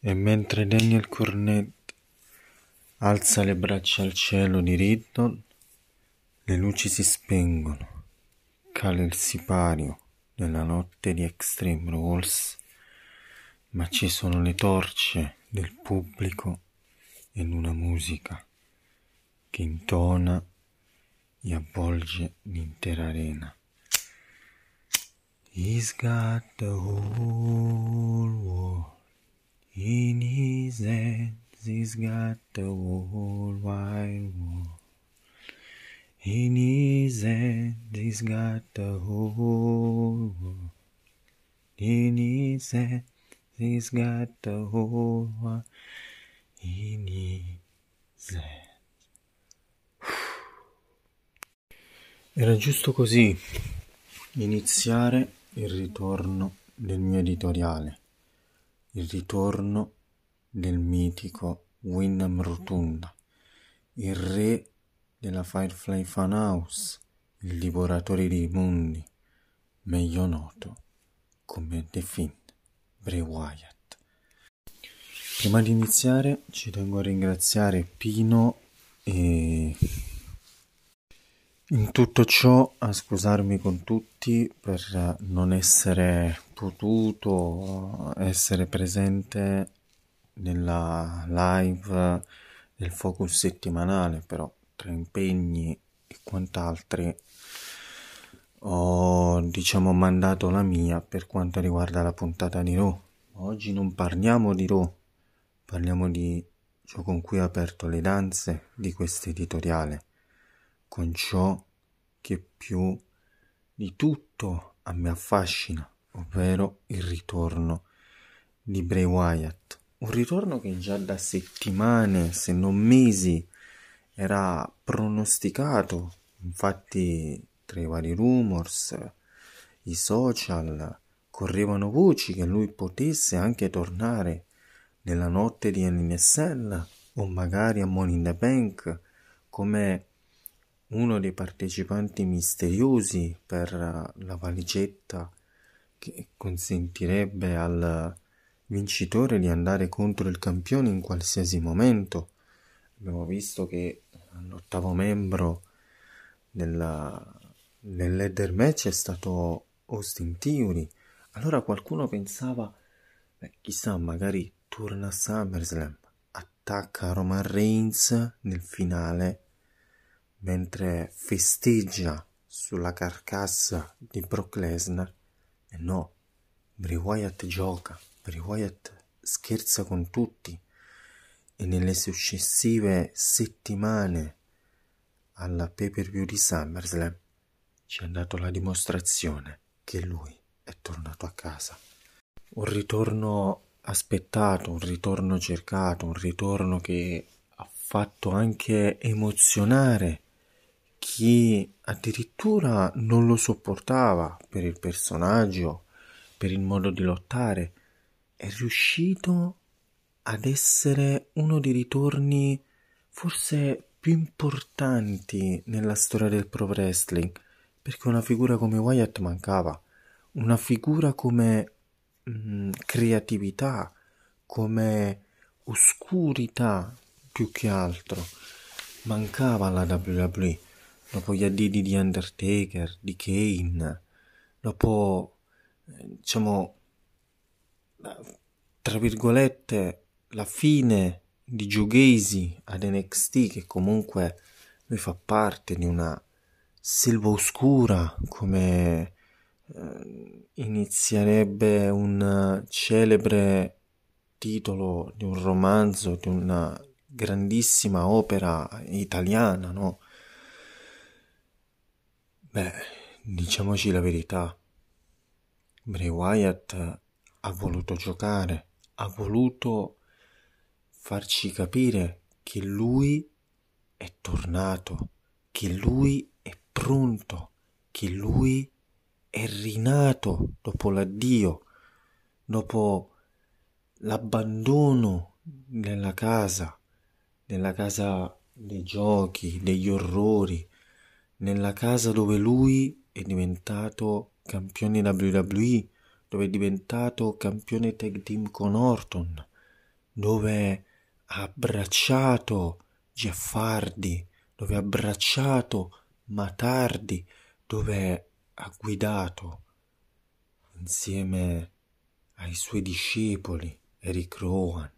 E mentre Daniel Cornette alza le braccia al cielo di Riddle, le luci si spengono, cala il sipario della notte di Extreme Rules, ma ci sono le torce del pubblico ed una musica che intona e avvolge l'intera arena. He's got the whole world in his hands, he's got the whole wide world in his hands, he's got the whole world in his hands, he's got the whole world in his hands. Era giusto così iniziare il ritorno del mio editoriale, il ritorno del mitico Wyndham Rotunda, il re della Firefly Funhouse, il divoratore di mondi, meglio noto come The Fiend, Bray Wyatt. Prima di iniziare ci tengo a ringraziare Pino e in tutto ciò a scusarmi con tutti per non essere potuto essere presente nella live del focus settimanale, però tra impegni e quant'altri ho mandato la mia per quanto riguarda la puntata di Raw. Oggi non parliamo di Raw, parliamo di ciò con cui ho aperto le danze di questo editoriale, con ciò che più di tutto a me affascina, ovvero il ritorno di Bray Wyatt. Un ritorno che già da settimane, se non mesi, era pronosticato. Infatti, tra i vari rumors, i social, correvano voci che lui potesse anche tornare nella notte di NSL o magari a Money in the Bank come uno dei partecipanti misteriosi per la valigetta che consentirebbe al vincitore di andare contro il campione in qualsiasi momento. Abbiamo visto che l'ottavo membro nel ladder match è stato Austin Theory. Allora qualcuno pensava, chissà, magari torna a SummerSlam, attacca Roman Reigns nel finale mentre festeggia sulla carcassa di Brock Lesnar. E no, Bray Wyatt gioca, Bray Wyatt scherza con tutti e nelle successive settimane alla pay-per-view di SummerSlam ci ha dato la dimostrazione che lui è tornato a casa. Un ritorno aspettato, un ritorno cercato, un ritorno che ha fatto anche emozionare chi addirittura non lo sopportava per il personaggio, per il modo di lottare. È riuscito ad essere uno dei ritorni forse più importanti nella storia del pro wrestling, perché una figura come Wyatt mancava, una figura come creatività, come oscurità più che altro mancava alla WWE. Dopo gli additi di Undertaker, di Kane, dopo tra virgolette la fine di Joe Gacy ad NXT, che comunque lui fa parte di una selva oscura, come inizierebbe un celebre titolo di un romanzo, di una grandissima opera italiana, no? Diciamoci la verità, Bray Wyatt ha voluto giocare, ha voluto farci capire che lui è tornato, che lui è pronto, che lui è rinato dopo l'addio, dopo l'abbandono della casa dei giochi, degli orrori, nella casa dove lui è diventato campione WWE, dove è diventato campione tag team con Orton, dove ha abbracciato Jeff Hardy, dove ha abbracciato Matt Hardy, dove ha guidato insieme ai suoi discepoli Eric Rowan,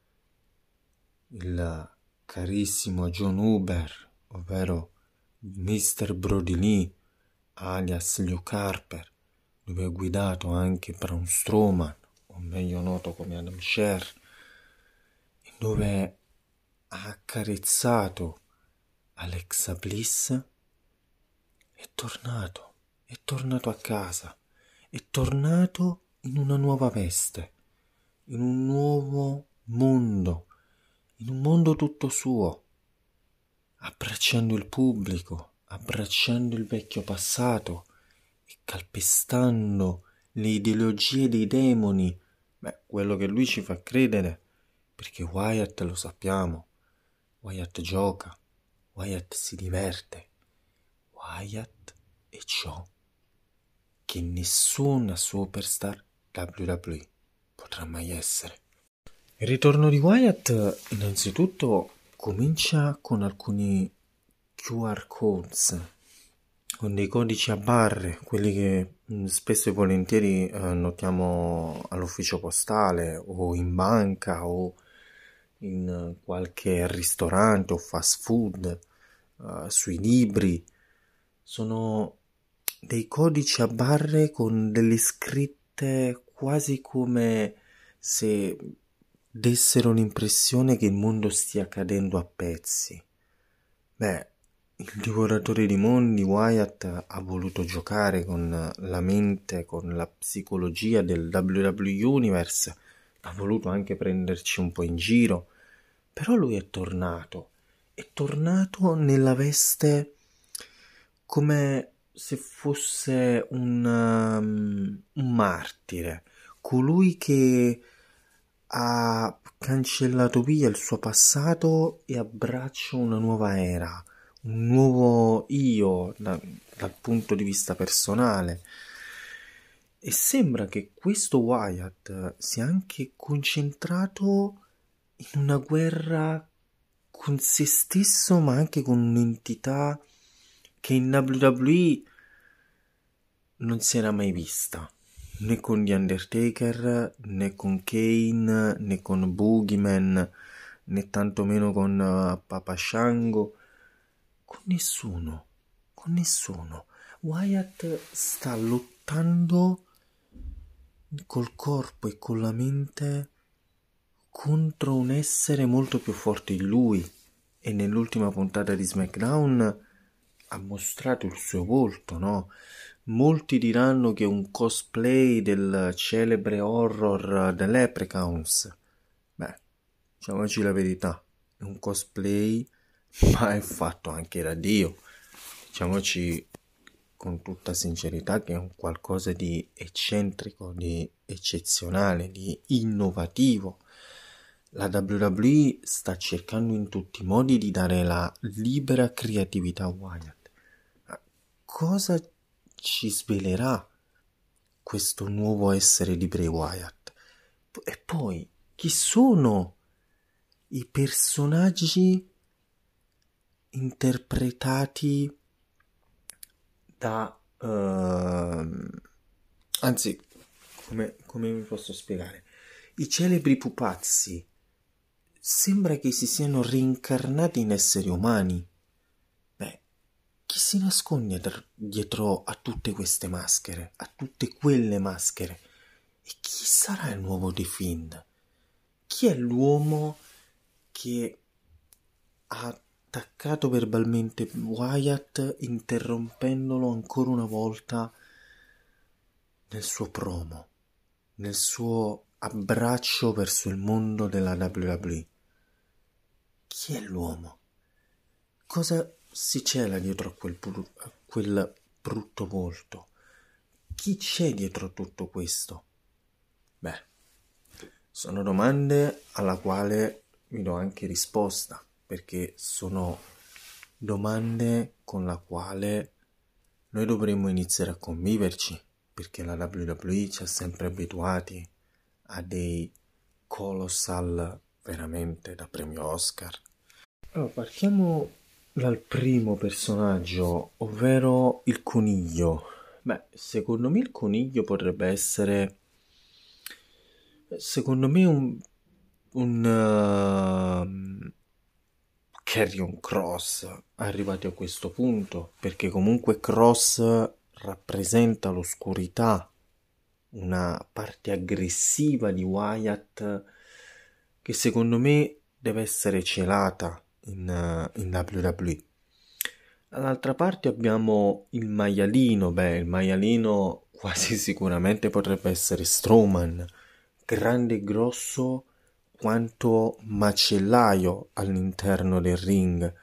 il carissimo John Huber, ovvero Mr. Brody Lee, alias Luke Harper, dove ha guidato anche Braun Strowman, o meglio noto come Adam Scherr, dove ha accarezzato Alexa Bliss, è tornato a casa, è tornato in una nuova veste, in un nuovo mondo, in un mondo tutto suo, abbracciando il pubblico, abbracciando il vecchio passato e calpestando le ideologie dei demoni, quello che lui ci fa credere, perché Wyatt, lo sappiamo, Wyatt gioca, Wyatt si diverte, Wyatt è ciò che nessuna superstar WWE potrà mai essere. Il ritorno di Wyatt innanzitutto comincia con alcuni QR codes, con dei codici a barre, quelli che spesso e volentieri notiamo all'ufficio postale o in banca o in qualche ristorante o fast food, sui libri. Sono dei codici a barre con delle scritte quasi come se dessero l'impressione che il mondo stia cadendo a pezzi. Il divoratore di mondi, Wyatt, ha voluto giocare con la mente, con la psicologia del WWE Universe, ha voluto anche prenderci un po' in giro, però lui è tornato nella veste come se fosse un martire, colui che ha cancellato via il suo passato e abbraccia una nuova era, un nuovo io dal punto di vista personale. E sembra che questo Wyatt sia anche concentrato in una guerra con se stesso, ma anche con un'entità che in WWE non si era mai vista, né con The Undertaker, né con Kane, né con Boogeyman, né tantomeno con Papa Shango, con nessuno. Wyatt sta lottando col corpo e con la mente contro un essere molto più forte di lui, e nell'ultima puntata di SmackDown ha mostrato il suo volto, no? Molti diranno che è un cosplay del celebre horror The Leprechauns. Diciamoci la verità, è un cosplay, ma è fatto anche da Dio. Diciamoci con tutta sincerità che è un qualcosa di eccentrico, di eccezionale, di innovativo. La WWE sta cercando in tutti i modi di dare la libera creatività a Wyatt. Cosa ci svelerà questo nuovo essere di Bray Wyatt? E poi, chi sono i personaggi interpretati da... anzi, come mi posso spiegare? I celebri pupazzi. Sembra che si siano reincarnati in esseri umani. Chi si nasconde dietro a tutte queste maschere, a tutte quelle maschere? E chi sarà il nuovo The Fiend? Chi è l'uomo che ha attaccato verbalmente Wyatt, interrompendolo ancora una volta nel suo promo, nel suo abbraccio verso il mondo della WWE? Chi è l'uomo? Cosa si cela dietro a quel brutto volto? Chi c'è dietro a tutto questo? Sono domande alla quale vi do anche risposta, perché sono domande con la quale noi dovremmo iniziare a conviverci, perché la WWE ci ha sempre abituati a dei colossal veramente da premio Oscar. Allora, partiamo dal primo personaggio, ovvero il coniglio. Beh, secondo me il coniglio potrebbe essere, secondo me, un Carrion Cross arrivati a questo punto, perché comunque Cross rappresenta l'oscurità, una parte aggressiva di Wyatt che secondo me deve essere celata in WWE. Dall'altra parte abbiamo il maialino. Il maialino quasi sicuramente potrebbe essere Strowman, grande e grosso quanto macellaio all'interno del ring.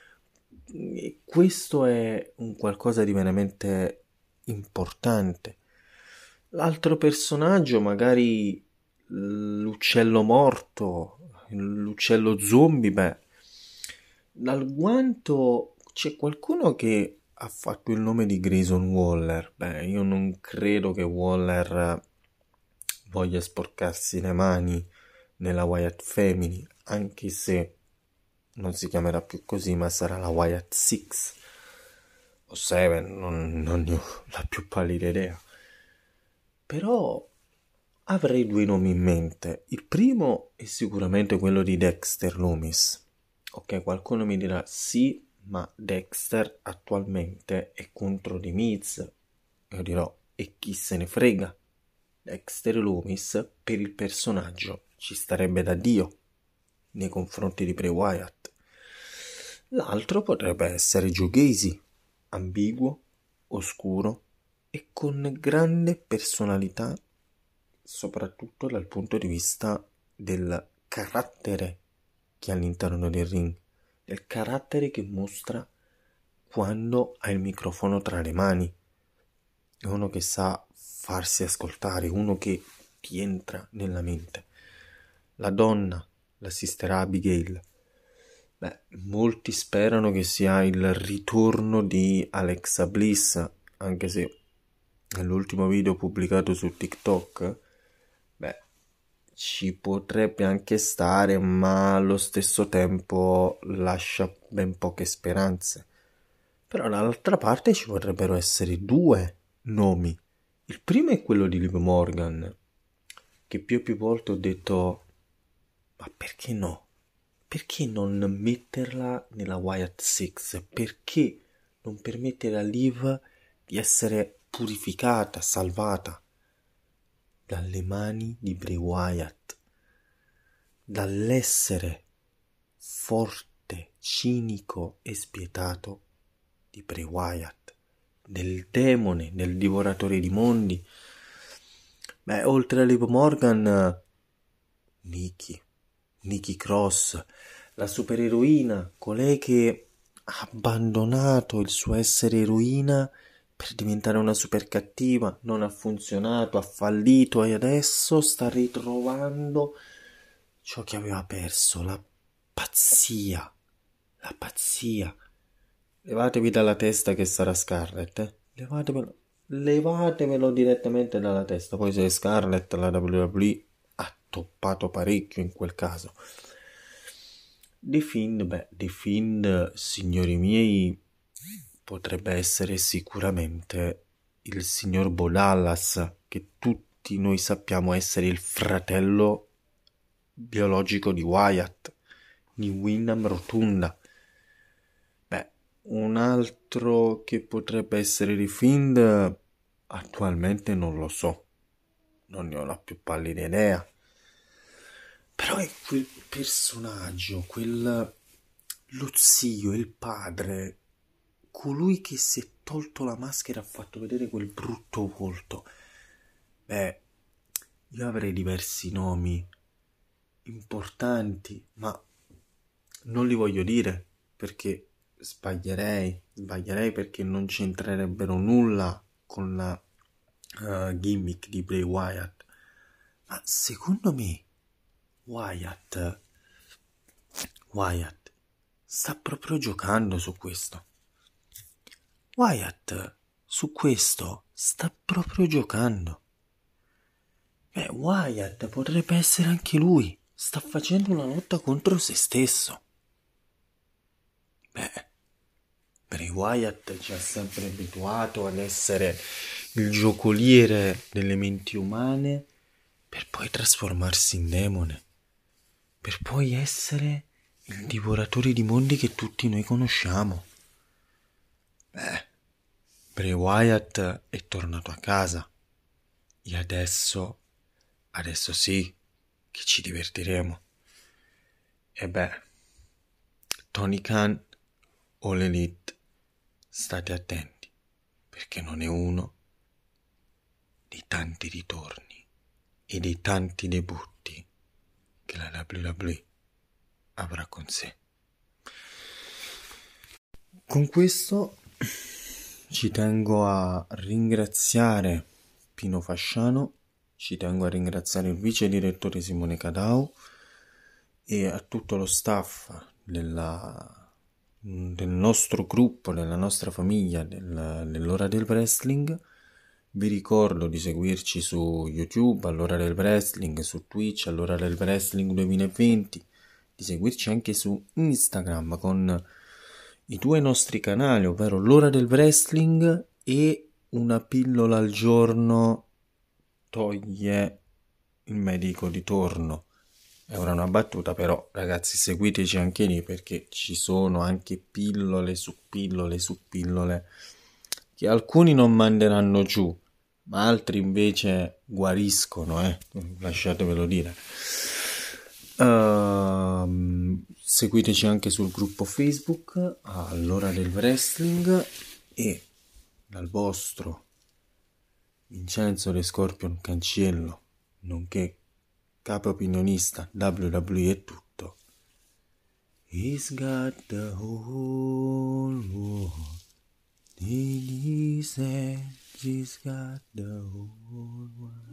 E questo è un qualcosa di veramente importante. L'altro personaggio, magari l'uccello morto, l'uccello zombie, dal guanto c'è qualcuno che ha fatto il nome di Grayson Waller. Io non credo che Waller voglia sporcarsi le mani nella Wyatt Family, anche se non si chiamerà più così, ma sarà la Wyatt 6 o 7, non ne ho la più pallida idea. Però avrei due nomi in mente. Il primo è sicuramente quello di Dexter Lumis. Ok, qualcuno mi dirà sì, ma Dexter attualmente è contro The Miz. Io dirò, e chi se ne frega? Dexter Lumis per il personaggio ci starebbe da Dio nei confronti di Bray Wyatt. L'altro potrebbe essere Joe Gacy, ambiguo, oscuro e con grande personalità, soprattutto dal punto di vista del carattere che ha all'interno del ring, del carattere che mostra quando ha il microfono tra le mani. È uno che sa farsi ascoltare, uno che ti entra nella mente. La donna, la sister Abigail. Molti sperano che sia il ritorno di Alexa Bliss, anche se nell'ultimo video pubblicato su TikTok, ci potrebbe anche stare, ma allo stesso tempo lascia ben poche speranze. Però dall'altra parte ci potrebbero essere due nomi. Il primo è quello di Liv Morgan, che più e più volte ho detto, ma perché no? Perché non metterla nella Wyatt 6? Perché non permettere a Liv di essere purificata, salvata dalle mani di Bray Wyatt, dall'essere forte, cinico e spietato di Bray Wyatt, del demone, del divoratore di mondi. Oltre a Liv Morgan, Nikki Cross, la supereroina, colei che ha abbandonato il suo essere eroina per diventare una super cattiva, non ha funzionato, ha fallito e adesso sta ritrovando ciò che aveva perso, la pazzia. Levatevi dalla testa che sarà Scarlett, levatevelo direttamente dalla testa. Poi se è Scarlett, la WWE ha toppato parecchio in quel caso. The Fiend, signori miei, potrebbe essere sicuramente il signor Bo Dallas, che tutti noi sappiamo essere il fratello biologico di Wyatt, di Wyndham Rotunda. Un altro che potrebbe essere The Fiend attualmente non lo so, non ne ho la più pallida idea. Però è quel personaggio, lo zio, il padre, colui che si è tolto la maschera e ha fatto vedere quel brutto volto. Io avrei diversi nomi importanti, ma non li voglio dire perché sbaglierei perché non c'entrerebbero nulla con la gimmick di Bray Wyatt. Ma secondo me Wyatt sta proprio giocando su questo. Wyatt su questo sta proprio giocando. Wyatt potrebbe essere anche lui. Sta facendo una lotta contro se stesso. Bray Wyatt ci ha sempre abituato ad essere il giocoliere delle menti umane per poi trasformarsi in demone, per poi essere il divoratore di mondi che tutti noi conosciamo. Bray Wyatt è tornato a casa e adesso sì che ci divertiremo. Tony Khan o l'Elite, state attenti, perché non è uno dei tanti ritorni e dei tanti debutti che la WWE avrà con sé. Con questo ci tengo a ringraziare Pino Fasciano, ci tengo a ringraziare il vice direttore Simone Cadau e a tutto lo staff del nostro gruppo, della nostra famiglia, dell'Ora del Wrestling. Vi ricordo di seguirci su YouTube, all'Ora del Wrestling, su Twitch, all'Ora del Wrestling 2020, di seguirci anche su Instagram con i due nostri canali, ovvero l'Ora del Wrestling e una pillola al giorno toglie il medico di torno. È ora una battuta, però ragazzi seguiteci anche lì perché ci sono anche pillole su pillole su pillole che alcuni non manderanno giù, ma altri invece guariscono, lasciatevelo dire. Seguiteci anche sul gruppo Facebook all'Ora del Wrestling e dal vostro Vincenzo De Scorpion Cancello, nonché capo opinionista WWE è tutto. He's got the whole world in his hands. He's got the whole world.